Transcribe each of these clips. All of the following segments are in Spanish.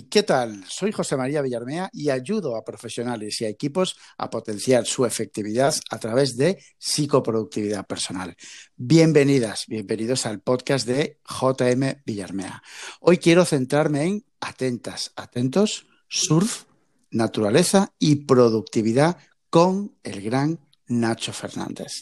¿Qué tal? Soy José María Villarmea y ayudo a profesionales y a equipos a potenciar su efectividad a través de psicoproductividad personal. Bienvenidas, bienvenidos al podcast de JM Villarmea. Hoy quiero centrarme en atentos, surf, naturaleza y productividad con el gran Nacho Fernández.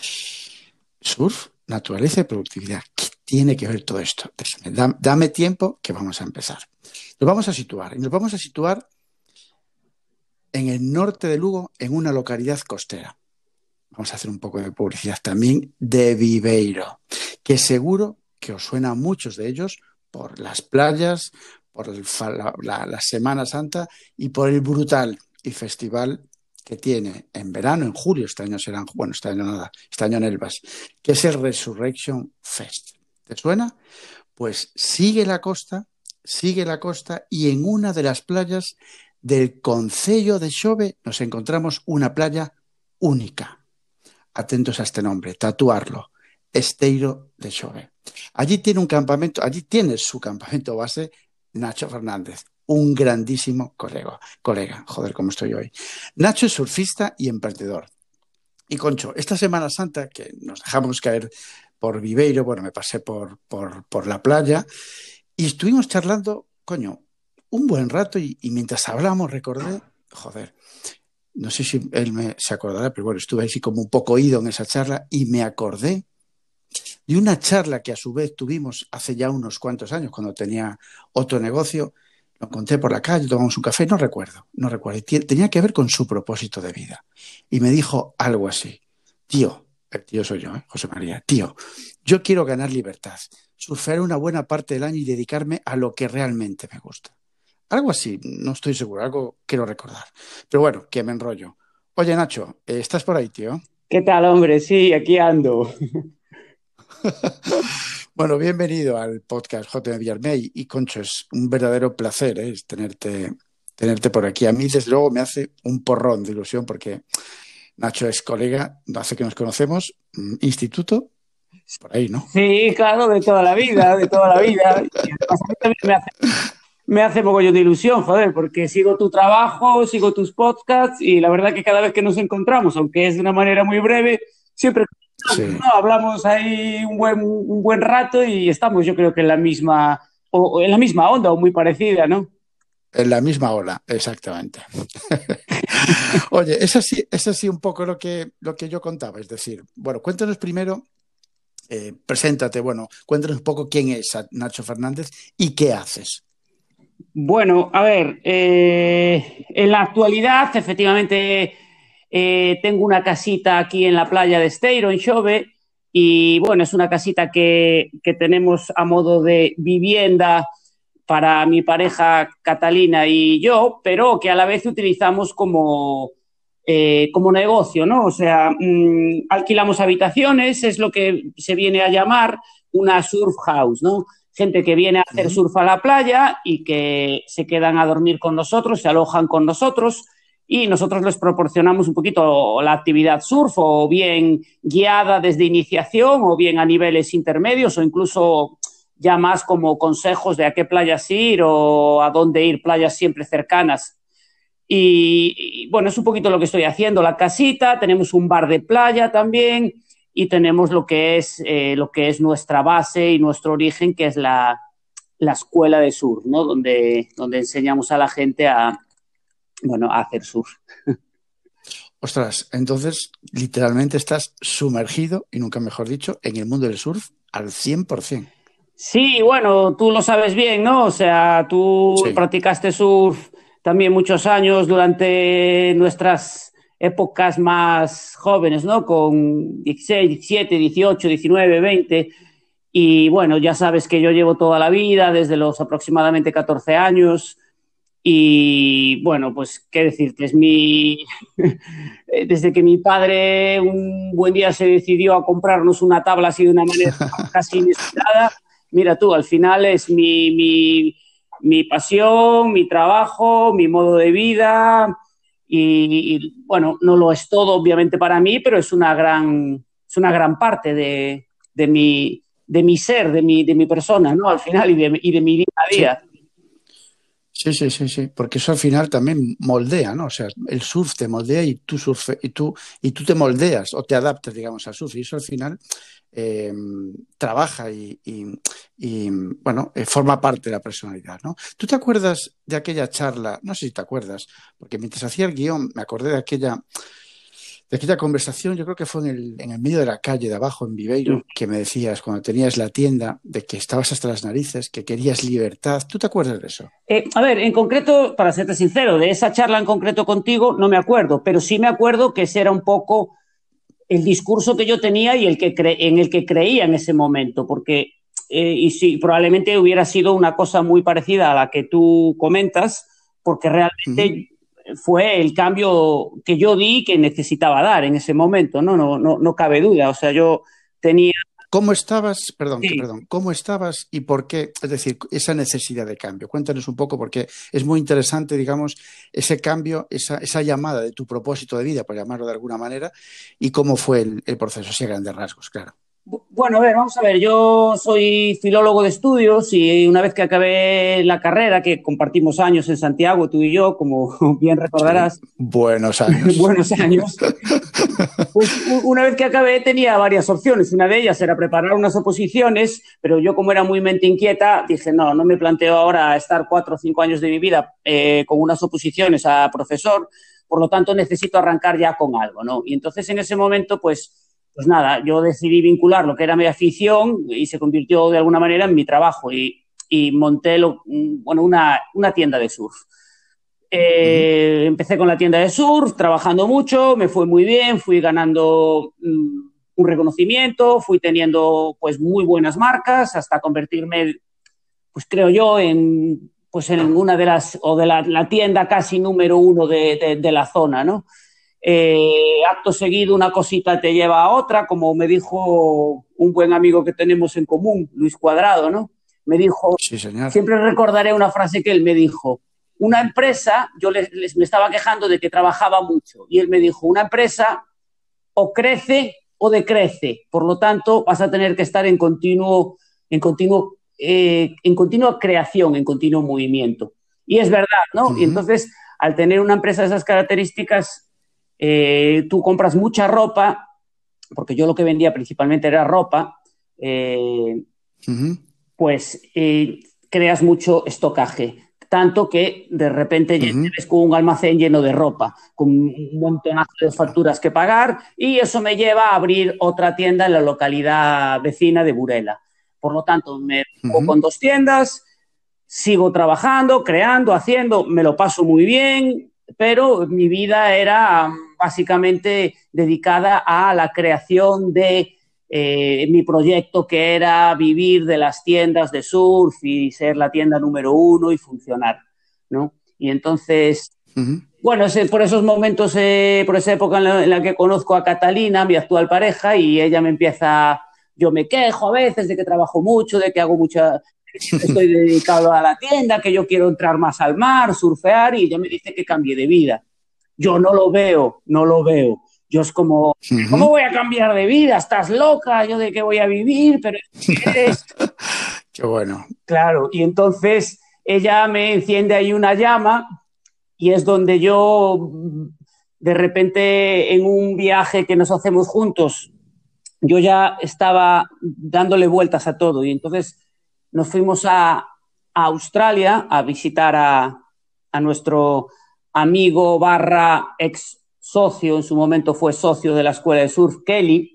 Surf, naturaleza y productividad. ¿Qué tiene que ver todo esto? Dame tiempo que vamos a empezar. Nos vamos a situar en el norte de Lugo, en una localidad costera. Vamos a hacer un poco de publicidad también de Viveiro, que seguro que os suena a muchos de ellos por las playas, por la Semana Santa y por el brutal y festival que tiene en verano, en julio, este año en Elvas, que es el Resurrection Fest. ¿Te suena? Pues sigue la costa y en una de las playas del concello de Xove nos encontramos una playa única. Atentos a este nombre, tatuarlo, Esteiro de Xove. Allí tiene su campamento base Nacho Fernández, un grandísimo colega. Joder, cómo estoy hoy. Nacho es surfista y emprendedor. Y Concho, esta Semana Santa que nos dejamos caer por Viveiro, me pasé por la playa y estuvimos charlando, un buen rato y mientras hablamos recordé, no sé si él se acordará, pero estuve así como un poco oído en esa charla y me acordé de una charla que a su vez tuvimos hace ya unos cuantos años, cuando tenía otro negocio. Lo encontré por la calle, tomamos un café, no recuerdo. Tenía que ver con su propósito de vida. Y me dijo algo así: tío, el tío soy yo, José María, tío, yo quiero ganar libertad, surfear una buena parte del año y dedicarme a lo que realmente me gusta. Algo así, no estoy seguro, algo quiero recordar. Pero que me enrollo. Oye, Nacho, ¿estás por ahí, tío? ¿Qué tal, hombre? Sí, aquí ando. Bienvenido al podcast JM Villarmey y Concho, es un verdadero placer, es tenerte por aquí. A mí, desde luego, me hace un porrón de ilusión porque Nacho es colega, hace que nos conocemos, instituto, por ahí, ¿no? Sí, claro, de toda la vida, de toda la vida. Y además a mí también me hace mogollón de ilusión, joder, porque sigo tu trabajo, sigo tus podcasts y la verdad que cada vez que nos encontramos, aunque es de una manera muy breve, siempre Sí, ¿no? Hablamos ahí un buen rato y estamos, yo creo que en la misma, o en la misma onda o muy parecida, ¿no? en la misma ola, exactamente. Oye, es así un poco lo que yo contaba, es decir, cuéntanos primero, preséntate, cuéntanos un poco quién es Nacho Fernández y qué haces. Bueno, a ver, en la actualidad, efectivamente, tengo una casita aquí en la playa de Esteiro, en Xove, y bueno, es una casita que tenemos a modo de vivienda para mi pareja Catalina y yo, pero que a la vez utilizamos como negocio, ¿no? O sea, alquilamos habitaciones, es lo que se viene a llamar una surf house, ¿no? Gente que viene a hacer ¿Mm? surf a la playa y que se quedan a dormir con nosotros, se alojan con nosotros y nosotros les proporcionamos un poquito la actividad surf, o bien guiada desde iniciación, o bien a niveles intermedios, o incluso ya más como consejos de a qué playas ir o a dónde ir, playas siempre cercanas. Y bueno, es un poquito lo que estoy haciendo, la casita, tenemos un bar de playa también y tenemos lo que es nuestra base y nuestro origen, que es la escuela de surf, ¿no? Donde enseñamos a la gente a hacer surf. Ostras, entonces literalmente estás sumergido, y nunca mejor dicho, en el mundo del surf al 100%. Sí, bueno, tú lo sabes bien, ¿no? O sea, tú Sí, practicaste surf también muchos años durante nuestras épocas más jóvenes, ¿no? Con 16, 17, 18, 19, 20. Y bueno, ya sabes que yo llevo toda la vida, desde los aproximadamente 14 años. Y bueno, pues qué decirte, desde que mi padre un buen día se decidió a comprarnos una tabla así de una manera casi inesperada. Mira tú, al final es mi pasión, mi trabajo, mi modo de vida bueno, no lo es todo obviamente para mí, pero es una gran parte de mi ser, de mi persona, ¿no? Al final y de mi día a sí, día. Sí, porque eso al final también moldea, ¿no? O sea, el surf te moldea y tú y tú te moldeas o te adaptas, digamos, al surf y eso al final eh, trabaja bueno, forma parte de la personalidad, ¿no? ¿Tú te acuerdas de aquella charla? No sé si te acuerdas, porque mientras hacía el guión me acordé de aquella conversación, yo creo que fue en el medio de la calle de abajo, en Viveiro, que me decías cuando tenías la tienda de que estabas hasta las narices, que querías libertad. ¿Tú te acuerdas de eso? A ver, en concreto, para serte sincero, de esa charla en concreto contigo no me acuerdo, pero sí me acuerdo que ese era un poco el discurso que yo tenía y en el que creía en ese momento, porque, y sí, probablemente hubiera sido una cosa muy parecida a la que tú comentas, porque Ujú. realmente fue el cambio que yo di que necesitaba dar en ese momento, no cabe duda. O sea, yo tenía, ¿Cómo estabas? sí, Perdón, ¿cómo estabas y por qué? Es decir, esa necesidad de cambio. Cuéntanos un poco porque es muy interesante, digamos, ese cambio, esa llamada de tu propósito de vida, por llamarlo de alguna manera, y cómo fue el proceso, así a grandes rasgos, claro. bueno, a ver, vamos a ver, yo soy filólogo de estudios y una vez que acabé la carrera, que compartimos años en Santiago, tú y yo, como bien Sí, recordarás, buenos años. buenos años. Pues una vez que acabé tenía varias opciones. Una de ellas era preparar unas oposiciones, pero yo como era muy mente inquieta, dije, no me planteo ahora estar 4 o 5 años de mi vida con unas oposiciones a profesor, por lo tanto necesito arrancar ya con algo, ¿no? Y entonces en ese momento, pues nada, yo decidí vincular lo que era mi afición y se convirtió de alguna manera en mi trabajo y monté bueno, una tienda de surf. Ujú, Empecé con la tienda de surf, trabajando mucho, me fue muy bien, fui ganando un reconocimiento, fui teniendo pues muy buenas marcas hasta convertirme, pues creo yo, en una de las, o de la tienda casi número uno de la zona, ¿no? Acto seguido una cosita te lleva a otra, como me dijo un buen amigo que tenemos en común, Luis Cuadrado, ¿no? Me dijo, sí, señor. siempre recordaré una frase que él me dijo, una empresa, yo me estaba quejando de que trabajaba mucho, y él me dijo, una empresa o crece o decrece, por lo tanto vas a tener que estar en continua creación, en continuo movimiento. Y es verdad, ¿no? Y Ujú, entonces, al tener una empresa de esas características, tú compras mucha ropa, porque yo lo que vendía principalmente era ropa, eh, ujú, pues creas mucho estocaje. Tanto que de repente te ujú. ves con un almacén lleno de ropa, con un montonazo de facturas que pagar, y eso me lleva a abrir otra tienda en la localidad vecina de Burela. Por lo tanto, me pongo Ujú, con 2 tiendas, sigo trabajando, creando, haciendo, me lo paso muy bien, pero mi vida era básicamente dedicada a la creación de mi proyecto, que era vivir de las tiendas de surf y ser la tienda número uno y funcionar, ¿no? Y entonces, ujú. bueno, por esos momentos, por esa época en la que conozco a Catalina, mi actual pareja, y ella me empieza, yo me quejo a veces de que trabajo mucho, de que hago mucha, estoy dedicado a la tienda, que yo quiero entrar más al mar, surfear, y ella me dice que cambie de vida. Yo no lo veo, no lo veo. Yo es como, ¿cómo Ujú. voy a cambiar de vida? ¿Estás loca? ¿Yo de qué voy a vivir? Pero es Qué bueno. claro. Y entonces ella me enciende ahí una llama y es donde yo, de repente, en un viaje que nos hacemos juntos, yo ya estaba dándole vueltas a todo y entonces nos fuimos a Australia a visitar a nuestro amigo barra ex socio, en su momento fue socio de la escuela de surf, Kelly,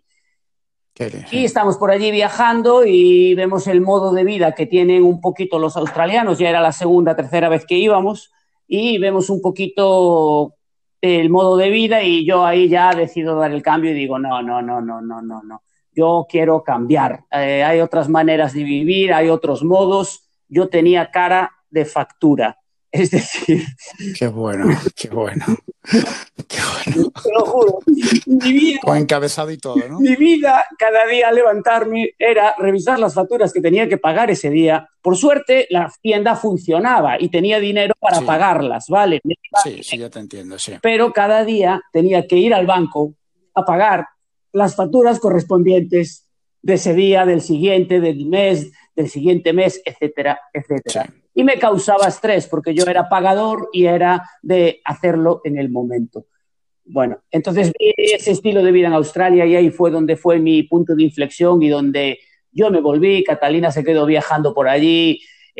y Sí. estamos por allí viajando y vemos el modo de vida que tienen un poquito los australianos, ya era la segunda, tercera vez que íbamos, y vemos un poquito el modo de vida y yo ahí ya decido dar el cambio y digo, no, yo quiero cambiar. Hay otras maneras de vivir, hay otros modos. Yo tenía cara de factura. Es decir, Qué bueno, qué bueno, qué bueno. te lo juro, mi vida Con encabezado y todo, ¿no? Mi vida, cada día al levantarme, era revisar las facturas que tenía que pagar ese día. Por suerte, la tienda funcionaba y tenía dinero para Sí, pagarlas, ¿vale? sí, ya te entiendo, sí. Pero cada día tenía que ir al banco a pagar las facturas correspondientes de ese día, del siguiente, del mes, del siguiente mes, etcétera, Sí. etcétera. y me causaba estrés porque yo era pagador y era de hacerlo en el momento. Bueno, entonces vi ese estilo de vida en Australia y ahí fue donde fue mi punto de inflexión y donde yo me volví. Catalina se quedó viajando por allí,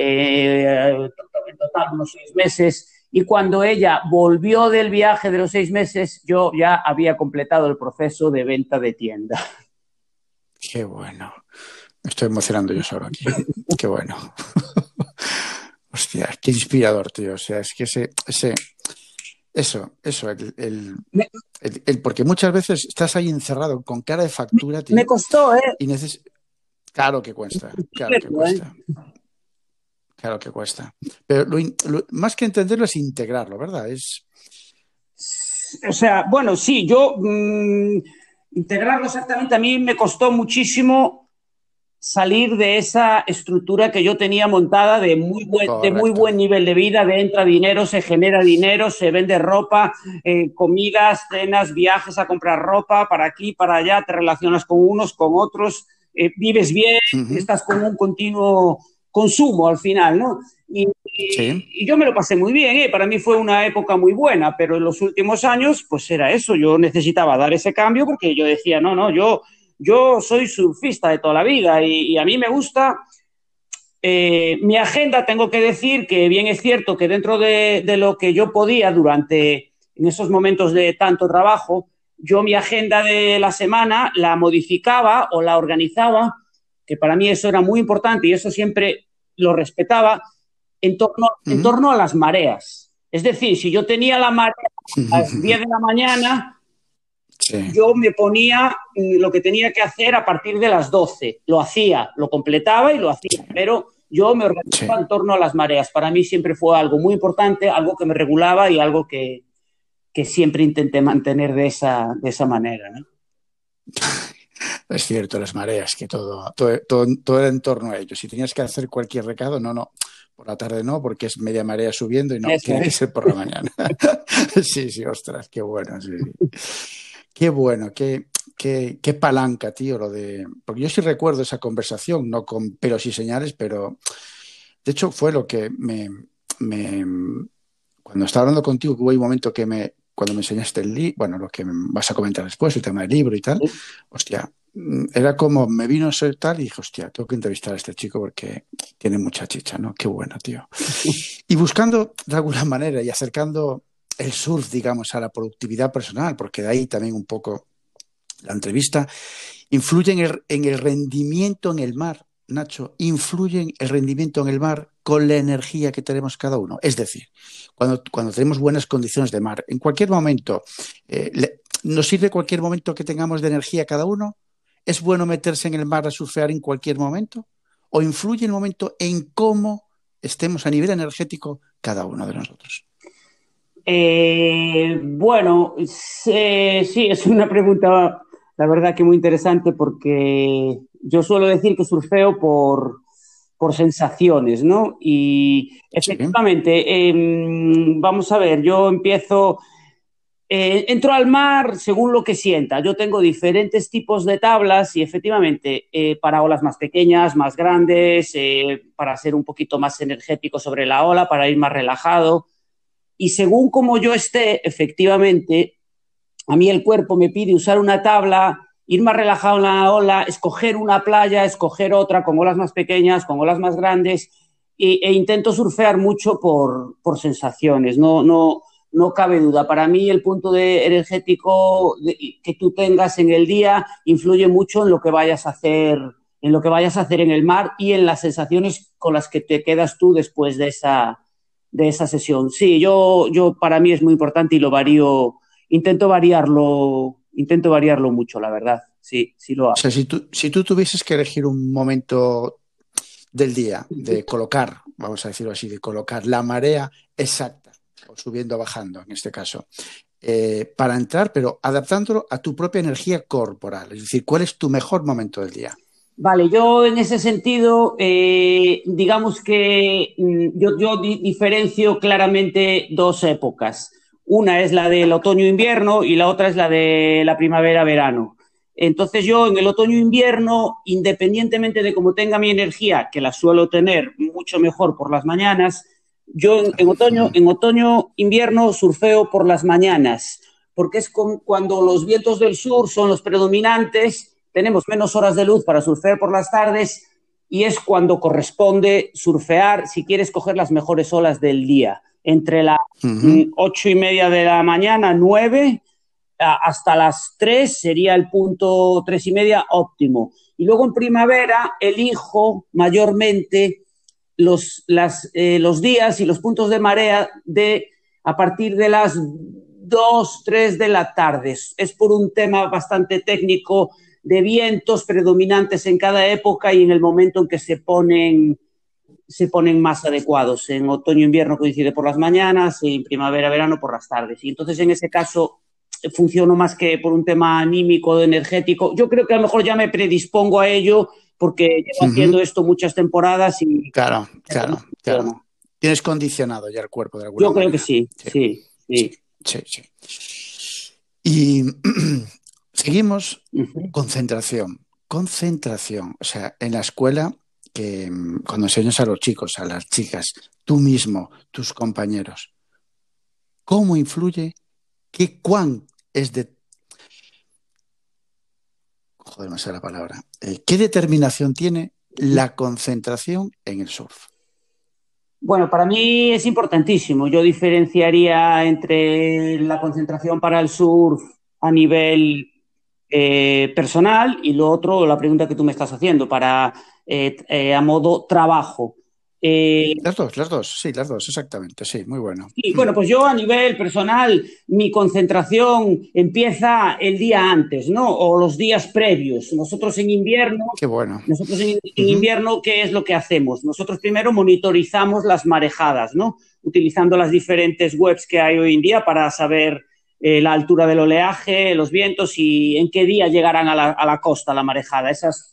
en total unos 6 meses. Y cuando ella volvió del viaje de los 6 meses, yo ya había completado el proceso de venta de tienda. Qué bueno. Me estoy emocionando yo solo aquí. Qué bueno. Hostia, qué inspirador, tío. O sea, es que porque muchas veces estás ahí encerrado con cara de factura, tío. Me costó, ¿eh? Y claro que cuesta, claro que cuesta. Claro que cuesta. Pero más que entenderlo es integrarlo, ¿verdad? O sea, bueno, sí, yo integrarlo exactamente a mí me costó muchísimo salir de esa estructura que yo tenía montada de muy buen nivel de vida, de entra dinero, se genera dinero, se vende ropa, comidas, cenas, viajes a comprar ropa, para aquí, para allá, te relacionas con unos, con otros, vives bien, estás con un continuo consumo al final, ¿no? Sí. Y yo me lo pasé muy bien, ¿eh? Para mí fue una época muy buena, pero en los últimos años, pues era eso, yo necesitaba dar ese cambio porque yo decía, no, yo soy surfista de toda la vida y a mí me gusta mi agenda. Tengo que decir que bien es cierto que dentro de lo que yo podía en esos momentos de tanto trabajo, yo mi agenda de la semana la modificaba o la organizaba, que para mí eso era muy importante y eso siempre lo respetaba, en torno a las mareas. Es decir, si yo tenía la marea a las 10 de la mañana, sí, yo me ponía lo que tenía que hacer a partir de las 12. Lo hacía, lo completaba y lo hacía, pero yo me organizaba en torno a las mareas. Para mí siempre fue algo muy importante, algo que me regulaba y algo que siempre intenté mantener de esa manera, ¿no? Es cierto, las mareas, que todo era en torno a ello. Si tenías que hacer cualquier recado, no, por la tarde no, porque es media marea subiendo y no, tiene que ser por la mañana. Sí, ostras, qué bueno, sí. Qué bueno, qué palanca, tío, porque yo sí recuerdo esa conversación, no con pelos y señales, pero de hecho fue lo que cuando estaba hablando contigo, que hubo un momento cuando me enseñaste el libro, bueno, lo que me vas a comentar después, el tema del libro y tal, hostia, era como me vino a ser tal y dije, hostia, tengo que entrevistar a este chico porque tiene mucha chicha, ¿no? Qué bueno, tío. Y buscando de alguna manera y acercando el surf, digamos, a la productividad personal, porque de ahí también un poco la entrevista, influye en el rendimiento en el mar, Nacho, influye en el rendimiento en el mar con la energía que tenemos cada uno. Es decir, cuando tenemos buenas condiciones de mar, en cualquier momento, ¿nos sirve cualquier momento que tengamos de energía cada uno? ¿Es bueno meterse en el mar a surfear en cualquier momento? ¿O influye el momento en cómo estemos a nivel energético cada uno de nosotros? Bueno, sí, es una pregunta, la verdad que muy interesante, porque yo suelo decir que surfeo por sensaciones, ¿no? Y efectivamente, vamos a ver, yo entro al mar según lo que sienta. Yo tengo diferentes tipos de tablas y efectivamente para olas más pequeñas, más grandes, para ser un poquito más energético sobre la ola, para ir más relajado. Y según como yo esté, efectivamente, a mí el cuerpo me pide usar una tabla, ir más relajado en la ola, escoger una playa, escoger otra con olas más pequeñas, con olas más grandes, e intento surfear mucho por sensaciones. No cabe duda. Para mí el punto energético que tú tengas en el día influye mucho en lo que vayas a hacer, en el mar y en las sensaciones con las que te quedas tú después de esa sesión. Sí, yo para mí es muy importante y lo varío, intento variarlo mucho, la verdad. Sí, lo hago. O sea, si tú tuvieses que elegir un momento del día de colocar, vamos a decirlo así, de colocar la marea exacta, o subiendo o bajando en este caso, para entrar, pero adaptándolo a tu propia energía corporal. Es decir, ¿cuál es tu mejor momento del día? Vale, yo en ese sentido, digamos que yo diferencio claramente dos épocas. Una es la del otoño-invierno y la otra es la de la primavera-verano. Entonces yo en el otoño-invierno, independientemente de cómo tenga mi energía, que la suelo tener mucho mejor por las mañanas, yo en otoño-invierno surfeo por las mañanas, porque es cuando los vientos del sur son los predominantes, tenemos menos horas de luz para surfear por las tardes y es cuando corresponde surfear si quieres coger las mejores olas del día, entre las 8:30 de la mañana, 9, hasta las 3 sería el punto 3:30 óptimo. Y luego en primavera elijo mayormente los días y los puntos de marea a partir de las 2, 3 de la tarde. Es por un tema bastante técnico de vientos predominantes en cada época y en el momento en que se ponen más adecuados. En otoño-invierno coincide por las mañanas y en primavera-verano por las tardes. Y entonces en ese caso funciono más que por un tema anímico, energético. Yo creo que a lo mejor ya me predispongo a ello porque llevo haciendo esto muchas temporadas y... Claro. Tienes condicionado ya el cuerpo de alguna manera. Yo creo que sí. Y seguimos. Concentración. O sea, en la escuela, que cuando enseñas a los chicos, a las chicas, tú mismo, tus compañeros, ¿cómo influye? ¿Cuán es de... Joder, no sé la palabra. ¿Qué determinación tiene la concentración en el surf? Bueno, para mí es importantísimo. Yo diferenciaría entre la concentración para el surf a nivel personal y lo otro, la pregunta que tú me estás haciendo, a modo trabajo. Las dos, exactamente, sí, muy bueno. Sí, bueno, pues yo a nivel personal, mi concentración empieza el día antes, ¿no? O los días previos. Nosotros en invierno, Qué bueno. Invierno, ¿qué es lo que hacemos? Nosotros primero monitorizamos las marejadas, ¿no? Utilizando las diferentes webs que hay hoy en día para saber la altura del oleaje, los vientos y en qué día llegarán a la costa la marejada. Esos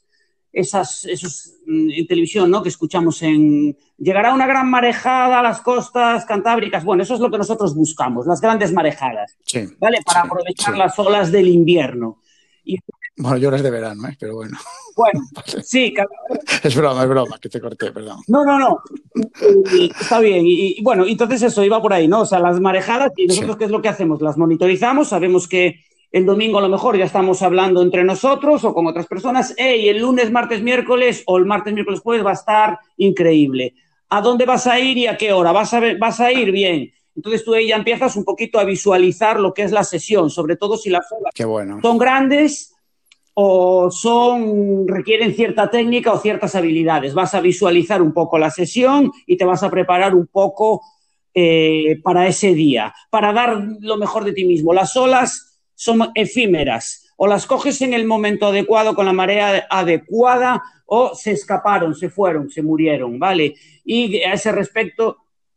en televisión, ¿no? Que escuchamos llegará una gran marejada a las costas cantábricas. Bueno, eso es lo que nosotros buscamos, las grandes marejadas, sí, ¿vale? Para aprovechar las olas del invierno. Bueno, yo las de verano, pero bueno. Bueno, vale. Sí. Es broma, que te corté, perdón. No. Está bien. Y bueno, entonces eso iba por ahí, ¿no? O sea, las marejadas, y nosotros ¿qué es lo que hacemos? Las monitorizamos, sabemos que el domingo a lo mejor ya estamos hablando entre nosotros o con otras personas. El lunes, martes, miércoles o el martes, miércoles, jueves va a estar increíble. ¿A dónde vas a ir y a qué hora? ¿Vas a ir bien? Entonces tú ahí ya empiezas un poquito a visualizar lo que es la sesión, sobre todo si las olas son grandes o requieren cierta técnica o ciertas habilidades. Vas a visualizar un poco la sesión y te vas a preparar un poco para ese día, para dar lo mejor de ti mismo. Las olas son efímeras, o las coges en el momento adecuado, con la marea adecuada, o se escaparon, se fueron, se murieron, ¿vale? Y a ese respecto,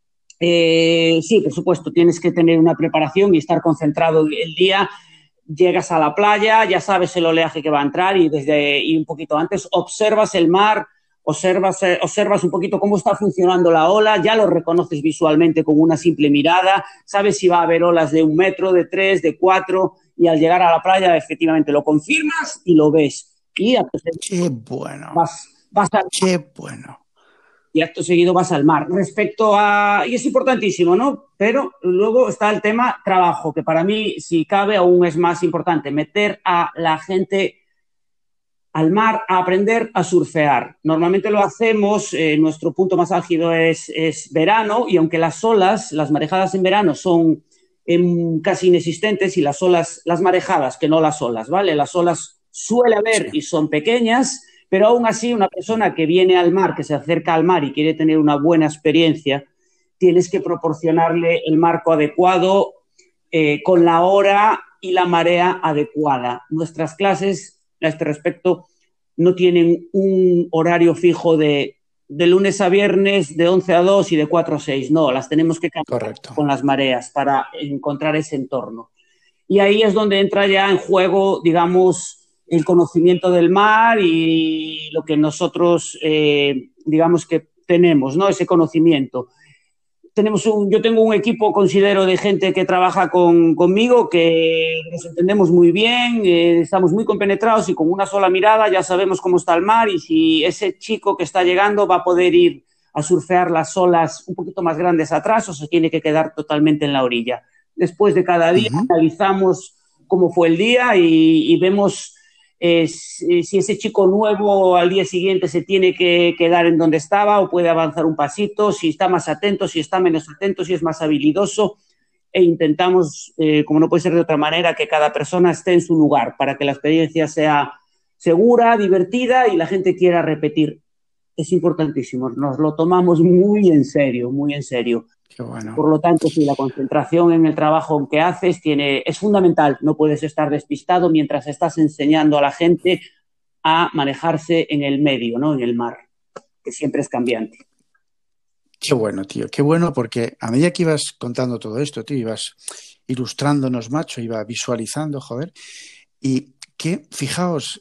sí, por supuesto, tienes que tener una preparación y estar concentrado el día. Llegas a la playa, ya sabes el oleaje que va a entrar y un poquito antes observas el mar, observas un poquito cómo está funcionando la ola, ya lo reconoces visualmente con una simple mirada, sabes si va a haber olas de 1 metro, de 3, de 4, y al llegar a la playa efectivamente lo confirmas y lo ves. Y ¡qué bueno! ¡Qué bueno! Y acto seguido vas al mar. Y es importantísimo, ¿no? Pero luego está el tema trabajo, que para mí, si cabe, aún es más importante, meter a la gente al mar a aprender a surfear. Normalmente lo hacemos, nuestro punto más álgido es verano, y aunque las marejadas en verano son casi inexistentes, y las marejadas, que no las olas, ¿vale? Las olas suele haber y son pequeñas, pero aún así una persona que viene al mar, que se acerca al mar y quiere tener una buena experiencia, tienes que proporcionarle el marco adecuado, con la hora y la marea adecuada. Nuestras clases a este respecto no tienen un horario fijo de lunes a viernes de 11 a 2 y de 4 a 6. No, las tenemos que cambiar con las mareas para encontrar ese entorno. Y ahí es donde entra ya en juego, digamos, el conocimiento del mar y lo que nosotros, digamos que tenemos, ¿no? Ese conocimiento. yo tengo un equipo, considero, de gente que trabaja conmigo, que nos entendemos muy bien, estamos muy compenetrados y con una sola mirada ya sabemos cómo está el mar y si ese chico que está llegando va a poder ir a surfear las olas un poquito más grandes atrás o se tiene que quedar totalmente en la orilla. Después de cada día analizamos cómo fue el día y vemos si ese chico nuevo al día siguiente se tiene que quedar en donde estaba o puede avanzar un pasito, si está más atento, si está menos atento, si es más habilidoso, e intentamos, como no puede ser de otra manera, que cada persona esté en su lugar para que la experiencia sea segura, divertida y la gente quiera repetir. Es importantísimo, nos lo tomamos muy en serio, muy en serio. Qué bueno. Por lo tanto, sí, la concentración en el trabajo que haces es fundamental. No puedes estar despistado mientras estás enseñando a la gente a manejarse en el medio, ¿no? En el mar, que siempre es cambiante. Qué bueno, tío. Qué bueno, porque a medida que ibas contando todo esto, tío, ibas ilustrándonos, macho, iba visualizando, joder. Y que, fijaos,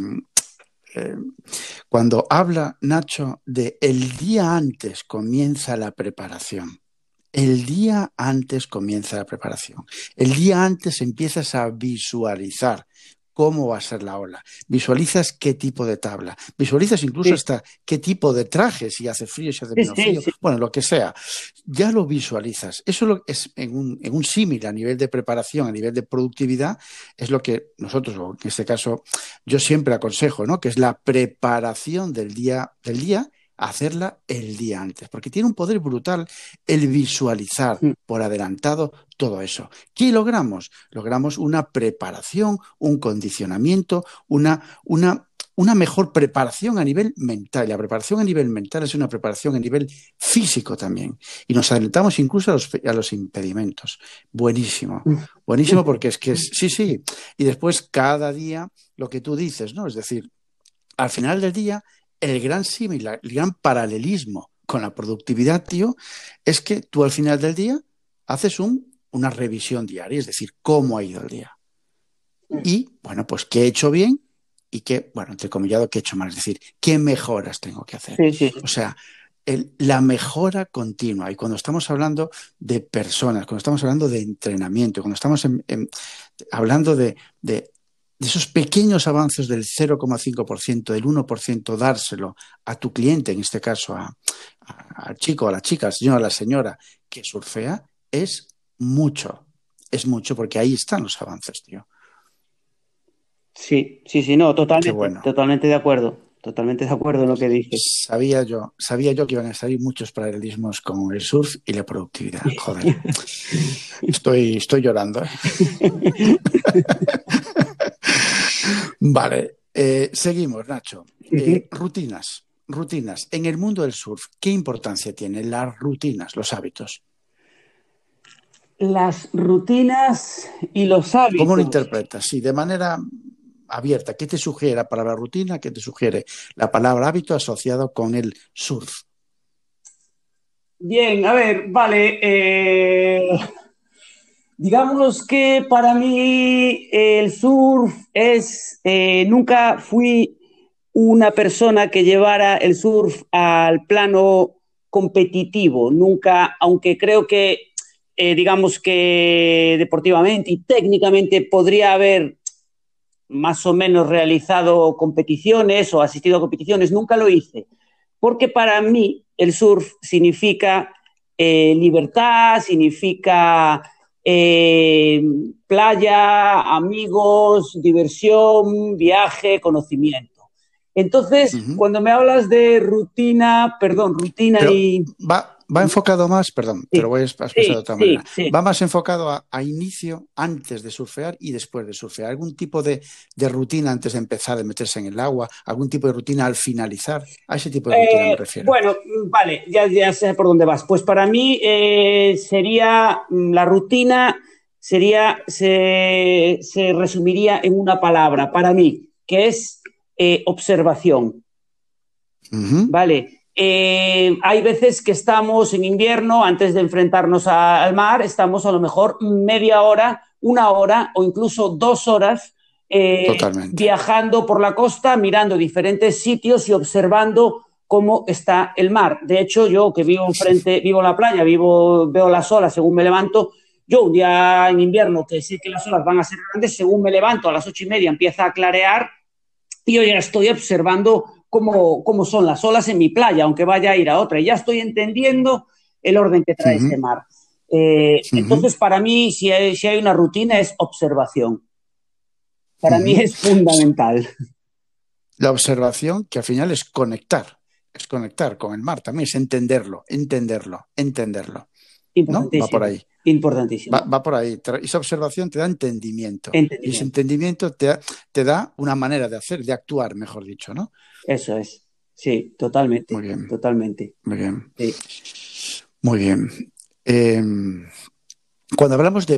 cuando habla Nacho de el día antes comienza la preparación. El día antes comienza la preparación. El día antes empiezas a visualizar cómo va a ser la ola. Visualizas qué tipo de tabla. Visualizas incluso hasta qué tipo de traje, si hace frío, si hace menos frío. Bueno, lo que sea. Ya lo visualizas. Eso es en un símil a nivel de preparación, a nivel de productividad, es lo que nosotros, o en este caso, yo siempre aconsejo, ¿no? Que es la preparación del día, hacerla el día antes, porque tiene un poder brutal el visualizar por adelantado todo eso. ¿Qué logramos? Logramos una preparación, un condicionamiento, una mejor preparación a nivel mental. Y la preparación a nivel mental es una preparación a nivel físico también. Y nos adelantamos incluso a los impedimentos. Buenísimo. Buenísimo porque es que sí. Y después cada día lo que tú dices, ¿no? Es decir, al final del día el gran símil, el gran paralelismo con la productividad, tío, es que tú al final del día haces una revisión diaria, es decir, cómo ha ido el día. Y, bueno, pues qué he hecho bien y qué, bueno, entrecomillado, qué he hecho mal, es decir, qué mejoras tengo que hacer. Sí. O sea, la mejora continua. Y cuando estamos hablando de personas, cuando estamos hablando de entrenamiento, cuando estamos hablando de esos pequeños avances del 0,5%, del 1%, dárselo a tu cliente, en este caso al chico, a la chica, al señor, a la señora que surfea, es mucho porque ahí están los avances, tío. Sí, no, totalmente, bueno. Totalmente de acuerdo en lo que dices. Sabía yo que iban a salir muchos paralelismos con el surf y la productividad. Joder, estoy llorando. Vale, seguimos, Nacho. Rutinas. En el mundo del surf, ¿qué importancia tienen las rutinas, los hábitos? Las rutinas y los hábitos. ¿Cómo lo interpretas? Sí, de manera abierta. ¿Qué te sugiere la palabra rutina? ¿Qué te sugiere la palabra hábito asociado con el surf? Bien, a ver, vale. Digamos que para mí el surf es... nunca fui una persona que llevara el surf al plano competitivo. Nunca, aunque creo que, digamos que deportivamente y técnicamente podría haber más o menos realizado competiciones o asistido a competiciones, nunca lo hice. Porque para mí el surf significa libertad, significa playa, amigos, diversión, viaje, conocimiento. Entonces, cuando me hablas de rutina, pero y... Va enfocado más, perdón, te lo voy a expresar de otra manera. Va más enfocado a inicio, antes de surfear y después de surfear. ¿Algún tipo de rutina antes de empezar, de meterse en el agua? ¿Algún tipo de rutina al finalizar? A ese tipo de rutina me refiero. Bueno, vale, ya sé por dónde vas. Pues para mí sería la rutina, se resumiría en una palabra, para mí, que es observación. Vale. Hay veces que estamos en invierno, antes de enfrentarnos al mar, estamos a lo mejor media hora, 1 hora o incluso 2 horas viajando por la costa, mirando diferentes sitios y observando cómo está el mar. De hecho, yo que vivo en la playa, veo las olas según me levanto. Yo un día en invierno que sé que las olas van a ser grandes, según me levanto a las 8:30 empieza a clarear y yo ya estoy observando cómo son las olas en mi playa, aunque vaya a ir a otra. Y ya estoy entendiendo el orden que trae ese mar. Entonces, para mí, si hay una rutina, es observación. Para mí es fundamental. La observación, que al final es conectar con el mar, también es entenderlo, ¿no? Va por Importantísimo, ahí. importantísimo. Va por ahí. Esa observación te da entendimiento. Y ese Entendimiento. entendimiento te da una manera de hacer, de actuar, mejor dicho, ¿no? Eso es. Sí, totalmente. Muy bien, Totalmente. muy bien, Sí. muy bien. Eh, Cuando hablamos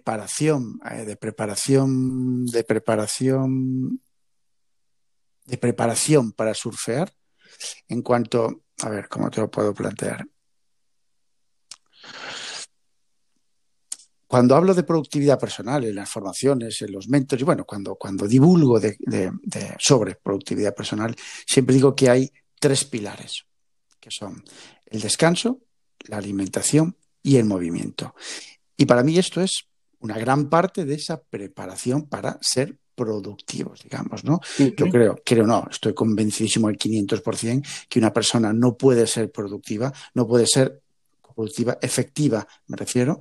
de preparación para surfear, en cuanto, a ver, ¿cómo te lo puedo plantear? Cuando hablo de productividad personal en las formaciones, en los mentors, y bueno, cuando divulgo sobre productividad personal, siempre digo que hay 3 pilares, que son el descanso, la alimentación y el movimiento. Y para mí esto es una gran parte de esa preparación para ser productivos, digamos, ¿no? Yo creo no, estoy convencidísimo al 500% que una persona no puede ser productiva, no puede ser productiva, efectiva, me refiero,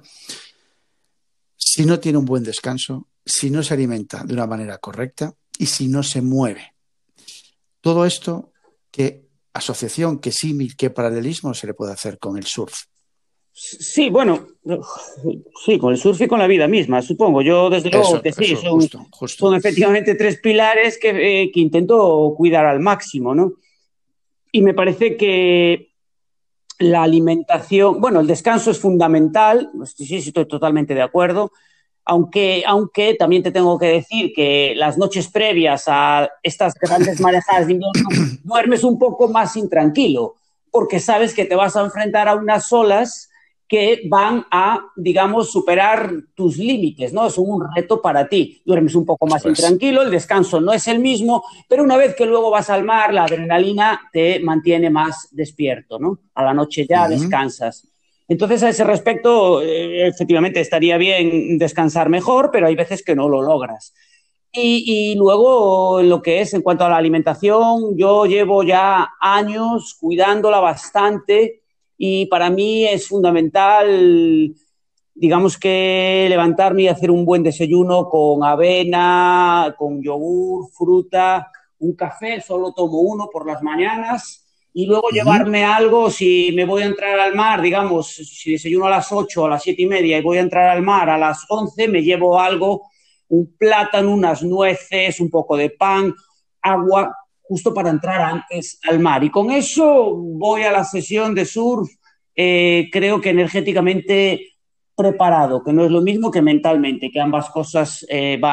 si no tiene un buen descanso, si no se alimenta de una manera correcta y si no se mueve. Todo esto, ¿qué asociación, qué símil, qué paralelismo se le puede hacer con el surf? Sí, bueno, sí, con el surf y con la vida misma, supongo. Yo, desde luego, que sí, Justo. son efectivamente 3 pilares que intento cuidar al máximo, ¿no? Y me parece que la alimentación, bueno, el descanso es fundamental, sí, estoy totalmente de acuerdo, aunque también te tengo que decir que las noches previas a estas grandes marejadas de invierno duermes un poco más intranquilo, porque sabes que te vas a enfrentar a unas olas que van a, digamos, superar tus límites, ¿no? Es un reto para ti. Duermes un poco más Eso es. intranquilo, el descanso no es el mismo, pero una vez que luego vas al mar, la adrenalina te mantiene más despierto, ¿no? A la noche ya descansas. Entonces, a ese respecto, efectivamente estaría bien descansar mejor, pero hay veces que no lo logras. Y luego, lo que es en cuanto a la alimentación, yo llevo ya años cuidándola bastante y para mí es fundamental, digamos, que levantarme y hacer un buen desayuno con avena, con yogur, fruta, un café, solo tomo uno por las mañanas y luego llevarme algo si me voy a entrar al mar, digamos, si desayuno a las 8 o a las 7:30 y voy a entrar al mar a las 11, me llevo algo, un plátano, unas nueces, un poco de pan, agua, justo para entrar antes al mar. Y con eso voy a la sesión de surf, creo que energéticamente preparado, que no es lo mismo que mentalmente, que ambas cosas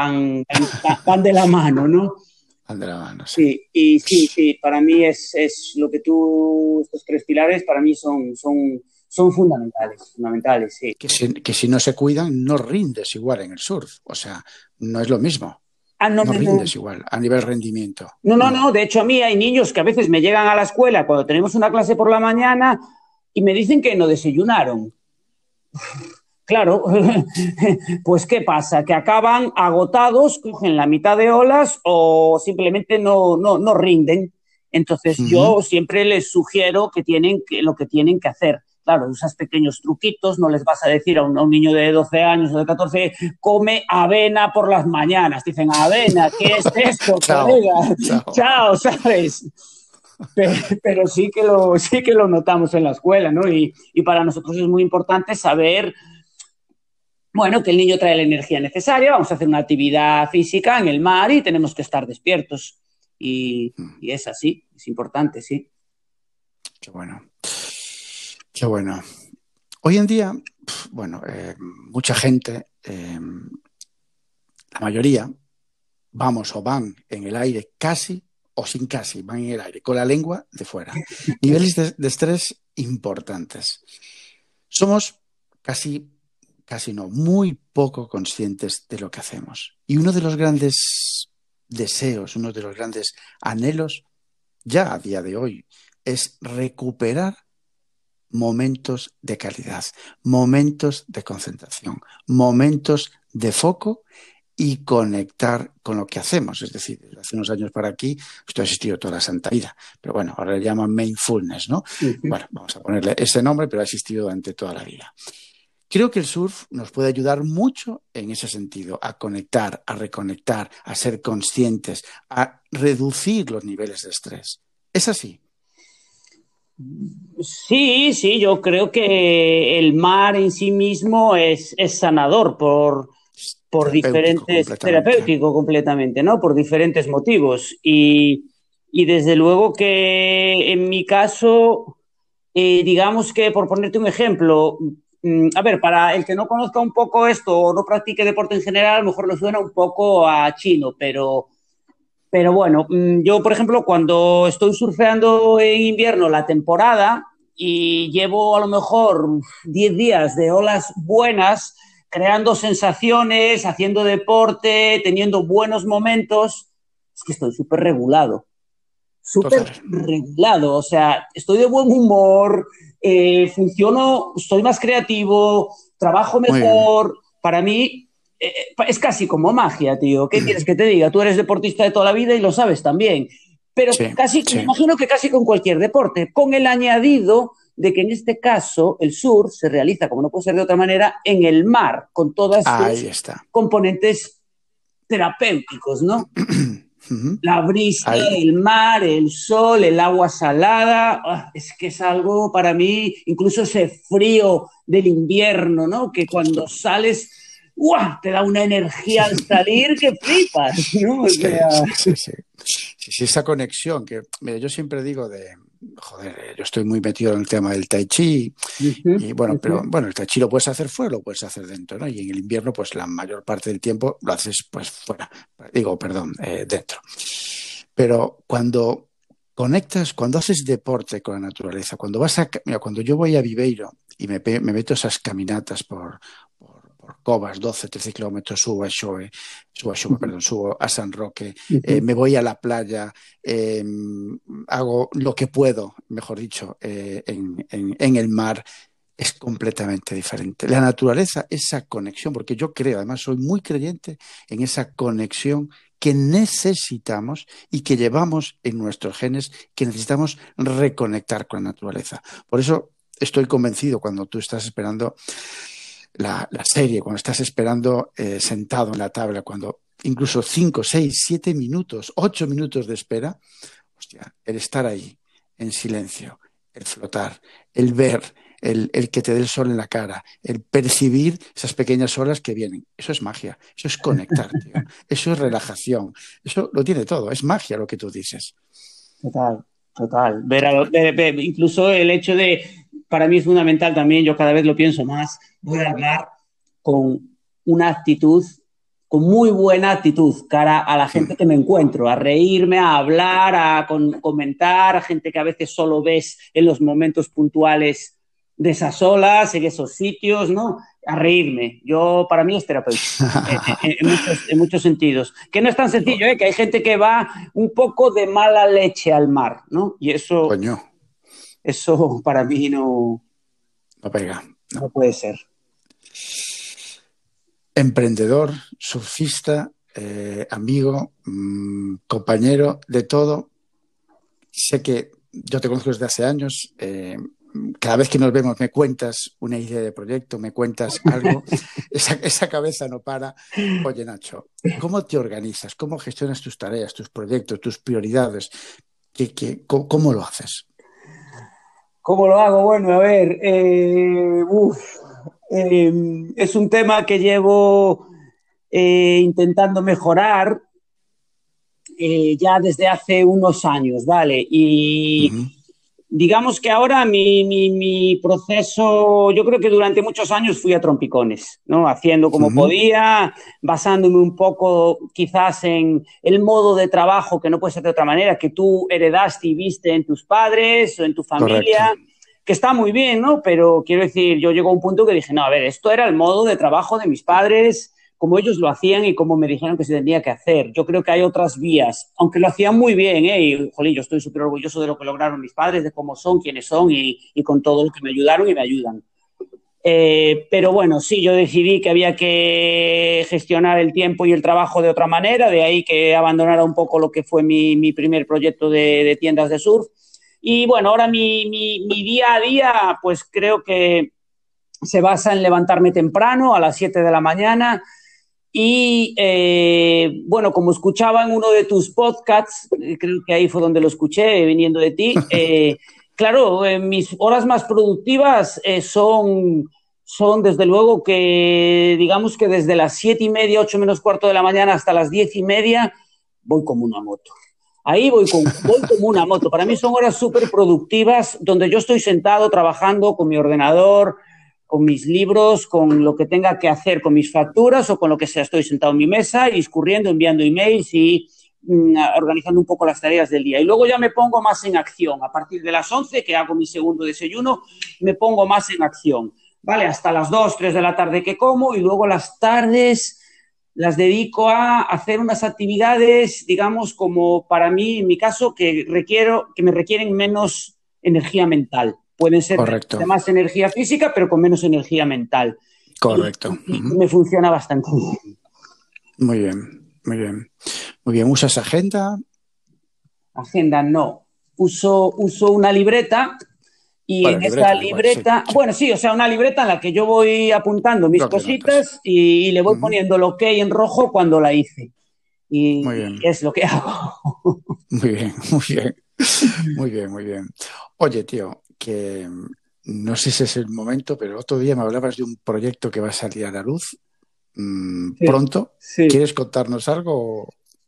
van de la mano, ¿no? Van de la mano, sí. Sí, y sí, para mí es lo que estos 3 pilares para mí son fundamentales, sí. Que si no se cuidan, no rindes igual en el surf. O sea, no es lo mismo. No, No no, no. rindes igual a nivel rendimiento. No. De hecho, a mí hay niños que a veces me llegan a la escuela cuando tenemos una clase por la mañana y me dicen que no desayunaron. Claro, pues ¿qué pasa? Que acaban agotados, cogen la mitad de olas o simplemente no rinden. Entonces yo siempre les sugiero lo que tienen que hacer. Claro, usas pequeños truquitos, no les vas a decir a un niño de 12 años o de 14, come avena por las mañanas. Dicen, avena, ¿qué es esto, colega? Chao, ¿sabes? Pero sí que lo notamos en la escuela, ¿no? Y para nosotros es muy importante saber, bueno, que el niño trae la energía necesaria, vamos a hacer una actividad física en el mar y tenemos que estar despiertos. Y es así, es importante, sí. Qué bueno. Qué bueno. Hoy en día, bueno, mucha gente, la mayoría, vamos o van en el aire casi o sin casi, van en el aire, con la lengua de fuera. Niveles de estrés importantes. Somos casi no, muy poco conscientes de lo que hacemos. Y uno de los grandes deseos, uno de los grandes anhelos, ya a día de hoy, es recuperar momentos de calidad, momentos de concentración, momentos de foco y conectar con lo que hacemos. Es decir, desde hace unos años para aquí, esto ha existido toda la santa vida, pero bueno, ahora le llaman mindfulness, ¿no? Bueno, vamos a ponerle ese nombre, pero ha existido durante toda la vida. Creo que el surf nos puede ayudar mucho en ese sentido, a conectar, a reconectar, a ser conscientes, a reducir los niveles de estrés. ¿Es así? Sí, yo creo que el mar en sí mismo es sanador por Terapéutico diferentes, completamente. terapéutico completamente, ¿no? Por diferentes motivos. Y desde luego que en mi caso, digamos que por ponerte un ejemplo, a ver, para el que no conozca un poco esto o no practique deporte en general, a lo mejor le suena un poco a chino, pero bueno, yo, por ejemplo, cuando estoy surfeando en invierno la temporada y llevo a lo mejor 10 días de olas buenas, creando sensaciones, haciendo deporte, teniendo buenos momentos, es que estoy súper Total. regulado, o sea, estoy de buen humor, funciono, estoy más creativo, trabajo Muy bien. mejor. Para mí es casi como magia, tío. ¿Qué quieres que te diga? Tú eres deportista de toda la vida y lo sabes también. Pero Sí, casi, me sí. imagino que casi con cualquier deporte, con el añadido de que en este caso el surf se realiza, como no puede ser de otra manera, en el mar, con todas Ahí sus está. componentes terapéuticos, ¿no? La brisa, Ahí. el mar, el sol, el agua salada, es que es algo para mí, incluso ese frío del invierno, ¿no? Que cuando sales, ¡guau! Te da una energía al salir que flipas, ¿no? O Sí, sea, sí, sí, sí. Sí, sí, esa conexión que, mira, yo siempre digo joder, yo estoy muy metido en el tema del tai chi y bueno, pero bueno, el tai chi lo puedes hacer fuera, lo puedes hacer dentro, ¿no? Y en el invierno, pues la mayor parte del tiempo lo haces pues fuera, digo, perdón, dentro. Pero cuando conectas, cuando haces deporte con la naturaleza, mira, cuando yo voy a Viveiro y me meto esas caminatas por covas, 12, 13 kilómetros, subo a San Roque, me voy a la playa, hago lo que puedo, mejor dicho, en el mar, es completamente diferente. La naturaleza, esa conexión, porque yo creo, además soy muy creyente en esa conexión que necesitamos y que llevamos en nuestros genes, que necesitamos reconectar con la naturaleza. Por eso estoy convencido cuando tú estás esperando la serie, cuando estás esperando sentado en la tabla, cuando incluso 5, 6, 7 minutos, 8 minutos de espera, hostia, el estar ahí en silencio, el flotar, el ver, el que te dé el sol en la cara, el percibir esas pequeñas olas que vienen. Eso es magia, eso es conectar, tío. Eso es relajación, eso lo tiene todo, es magia lo que tú dices. total, total. Ver, Total. incluso el hecho de, para mí es fundamental también, yo cada vez lo pienso más, voy a hablar con una actitud, con muy buena actitud, cara a la gente que me encuentro, a reírme, a hablar, a comentar, a gente que a veces solo ves en los momentos puntuales de esas olas, en esos sitios, ¿no? A reírme. Yo, para mí es terapéutico, en muchos sentidos. Que no es tan sencillo, ¿eh? Que hay gente que va un poco de mala leche al mar, ¿no? Y Coño, eso para mí no, no pega. No. no puede ser. Emprendedor, surfista, amigo, compañero de todo. Sé que yo te conozco desde hace años. Cada vez que nos vemos me cuentas una idea de proyecto, me cuentas algo. Esa cabeza no para. Oye, Nacho, ¿cómo te organizas? ¿Cómo gestionas tus tareas, tus proyectos, tus prioridades? ¿Cómo lo haces? ¿Cómo lo hago? Bueno, a ver, es un tema que llevo intentando mejorar ya desde hace unos años, ¿vale? Uh Y -huh. digamos que ahora mi proceso, yo creo que durante muchos años fui a trompicones, ¿no? Haciendo Uh como -huh. podía, basándome un poco quizás en el modo de trabajo, que no puede ser de otra manera, que tú heredaste y viste en tus padres o en tu Correcto. familia, que está muy bien, ¿no? Pero quiero decir, yo llego a un punto que dije, no, a ver, esto era el modo de trabajo de mis padres, como ellos lo hacían y como me dijeron que se tenía que hacer. Yo creo que hay otras vías, aunque lo hacían muy bien, y jolín, yo estoy súper orgulloso de lo que lograron mis padres, de cómo son, quiénes son y con todo lo que me ayudaron y me ayudan. Pero bueno, sí, yo decidí que había que gestionar el tiempo y el trabajo de otra manera, de ahí que abandonara un poco lo que fue mi primer proyecto de tiendas de surf. Y bueno, ahora mi día a día, pues creo que se basa en levantarme temprano a las 7 de la mañana y, bueno, como escuchaba en uno de tus podcasts, creo que ahí fue donde lo escuché, viniendo de ti, claro, mis horas más productivas son desde luego que, digamos que desde las 7:30, 8 menos cuarto de la mañana hasta las 10:30, voy como una moto. Ahí voy como una moto. Para mí son horas súper productivas donde yo estoy sentado trabajando con mi ordenador, con mis libros, con lo que tenga que hacer, con mis facturas o con lo que sea. Estoy sentado en mi mesa y discurriendo, enviando emails y organizando un poco las tareas del día. Y luego ya me pongo más en acción. A partir de las 11, que hago mi segundo desayuno, me pongo más en acción. Vale, hasta las 2, 3 de la tarde que como y luego las tardes las dedico a hacer unas actividades, digamos, como para mí, en mi caso, que me requieren menos energía mental. Pueden ser de más energía física, pero con menos energía mental. Correcto. Y me funciona bastante bien. Muy bien, muy bien. Muy bien, ¿usas agenda? Agenda no. Uso una libreta. Y en esa libreta, bueno, sí, o sea, una libreta en la que yo voy apuntando mis cositas y le voy poniendo el OK en rojo cuando la hice. Y es lo que hago. Muy bien, muy bien. Muy bien, muy bien. Oye, tío, que no sé si es el momento, pero otro día me hablabas de un proyecto que va a salir a la luz pronto. Sí. ¿Quieres contarnos algo?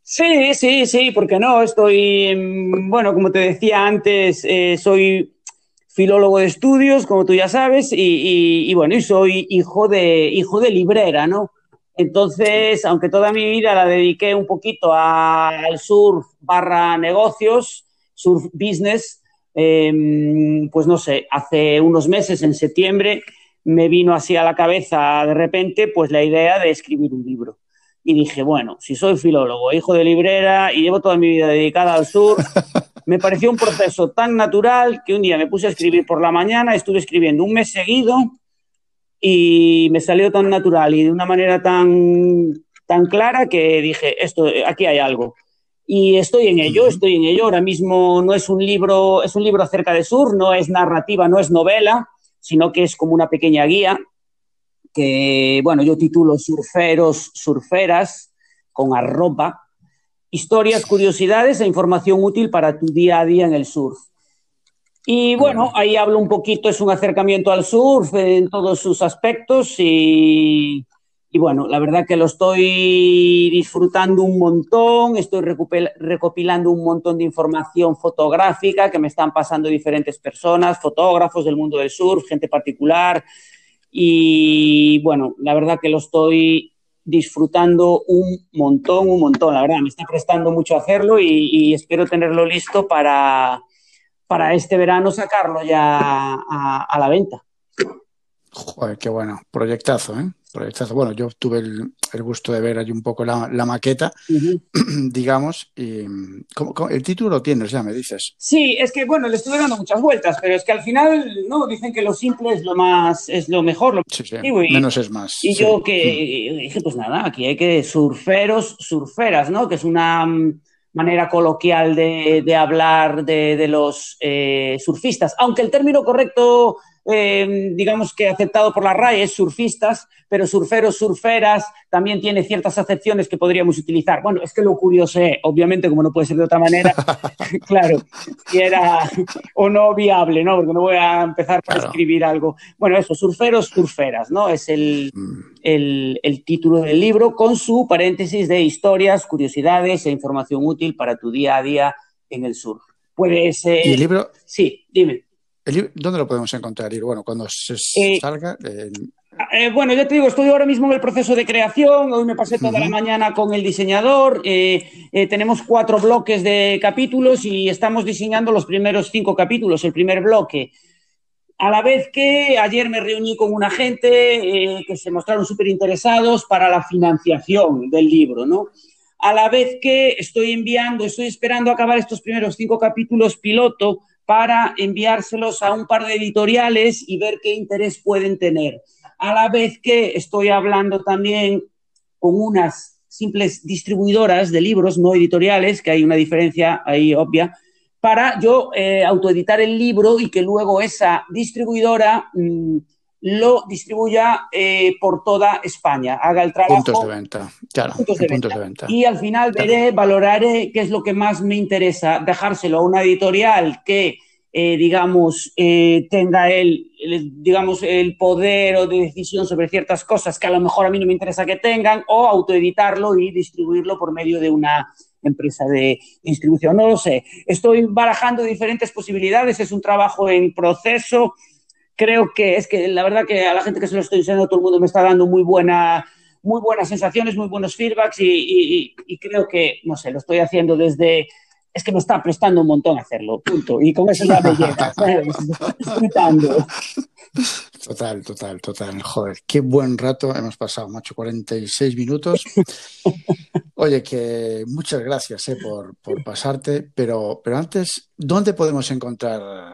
Sí, ¿por qué no? Bueno, como te decía antes, soy filólogo de estudios, como tú ya sabes, y bueno, y soy hijo de librera, ¿no? Entonces, aunque toda mi vida la dediqué un poquito al surf / negocios, surf business, pues no sé, hace unos meses, en septiembre, me vino así a la cabeza de repente pues la idea de escribir un libro. Y dije, bueno, si soy filólogo, hijo de librera y llevo toda mi vida dedicada al surf, me pareció un proceso tan natural que un día me puse a escribir por la mañana, estuve escribiendo un mes seguido y me salió tan natural y de una manera tan clara que dije, aquí hay algo. Y estoy en ello. Ahora mismo no es un libro, es un libro acerca de surf, no es narrativa, no es novela, sino que es como una pequeña guía que, bueno, yo titulo Surferos, Surferas, con @ historias, curiosidades e información útil para tu día a día en el surf. Y bueno, ahí hablo un poquito, es un acercamiento al surf en todos sus aspectos y bueno, la verdad que lo estoy disfrutando un montón, estoy recopilando un montón de información fotográfica que me están pasando diferentes personas, fotógrafos del mundo del surf, gente particular y bueno, la verdad que lo estoy disfrutando un montón, la verdad, me está prestando mucho hacerlo y espero tenerlo listo para este verano sacarlo ya a la venta. Joder, qué bueno, proyectazo, ¿eh? Proyectazo. Bueno, yo tuve el gusto de ver allí un poco la maqueta, digamos, y el título lo tienes, ya me dices. Sí, es que, bueno, le estuve dando muchas vueltas, pero es que al final, no, dicen que lo simple es lo mejor. Sí, menos es más. Y yo que dije, pues nada, aquí hay que surferos, surferas, ¿no? Que es una manera coloquial de hablar de los surfistas, aunque el término correcto, digamos que aceptado por la RAE es surfistas, pero surferos, surferas también tiene ciertas acepciones que podríamos utilizar. Bueno, es que lo curioso es, obviamente, como no puede ser de otra manera, claro, si era o no viable, ¿no? Porque no voy a empezar a escribir algo. Bueno, eso, surferos, surferas, ¿no? Es el título del libro con su paréntesis de historias, curiosidades e información útil para tu día a día en el surf. Puede ser... ¿Y el libro? Sí, dime. ¿Dónde lo podemos encontrar? Bueno, cuando salga... Bueno, ya te digo, estoy ahora mismo en el proceso de creación. Hoy me pasé toda la mañana con el diseñador. Tenemos 4 bloques de capítulos y estamos diseñando los primeros 5 capítulos. El primer bloque A la vez que ayer me reuní con una gente que se mostraron súper interesados para la financiación del libro, ¿no? A la vez que estoy esperando acabar estos primeros 5 capítulos piloto para enviárselos a un par de editoriales y ver qué interés pueden tener. A la vez que estoy hablando también con unas simples distribuidoras de libros, no editoriales, que hay una diferencia ahí obvia, para yo autoeditar el libro y que luego esa distribuidora lo distribuya por toda España, haga el trabajo. Puntos de venta, claro, Puntos de venta. venta. Y al final valoraré qué es lo que más me interesa, dejárselo a una editorial que, tenga el poder o de decisión sobre ciertas cosas que a lo mejor a mí no me interesa que tengan, o autoeditarlo y distribuirlo por medio de una empresa de distribución. No lo sé. Estoy barajando diferentes posibilidades, es un trabajo en proceso. Creo que es que la verdad que a la gente que se lo estoy enseñando, todo el mundo me está dando muy buenas sensaciones, muy buenos feedbacks y creo que, no sé, lo estoy haciendo desde... Es que me está prestando un montón hacerlo, punto. Y con eso ya me llega, ¿sabes? Disfrutando. Total. Joder, qué buen rato hemos pasado, macho, 46 minutos. Oye, que muchas gracias por pasarte, pero antes, ¿dónde podemos encontrar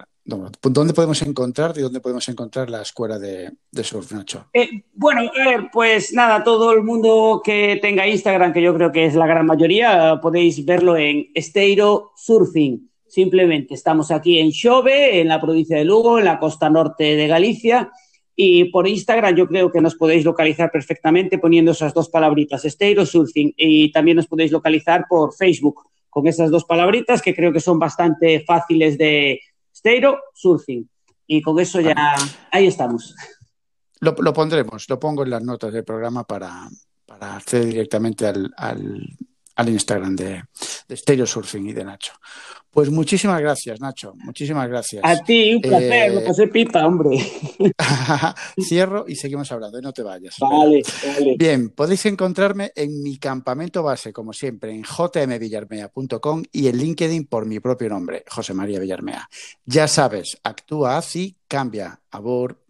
la escuela de surf, Nacho? Pues nada, todo el mundo que tenga Instagram, que yo creo que es la gran mayoría, podéis verlo en Esteiro Surfing. Simplemente estamos aquí en Xove, en la provincia de Lugo, en la costa norte de Galicia, y por Instagram yo creo que nos podéis localizar perfectamente poniendo esas 2 palabritas, Esteiro Surfing, y también nos podéis localizar por Facebook con esas 2 palabritas que creo que son bastante fáciles de Esteiro Surfing. Y con eso ya ahí estamos. Lo pondremos, lo pongo en las notas del programa para acceder directamente al Instagram de Stereo Surfing y de Nacho. Pues muchísimas gracias, Nacho, muchísimas gracias. A ti, un placer, me pasé pipa, hombre. Cierro y seguimos hablando, no te vayas. Vale. Bien, podéis encontrarme en mi campamento base, como siempre, en jmvillarmea.com y en LinkedIn por mi propio nombre, José María Villarmea. Ya sabes, actúa así, cambia. Abur.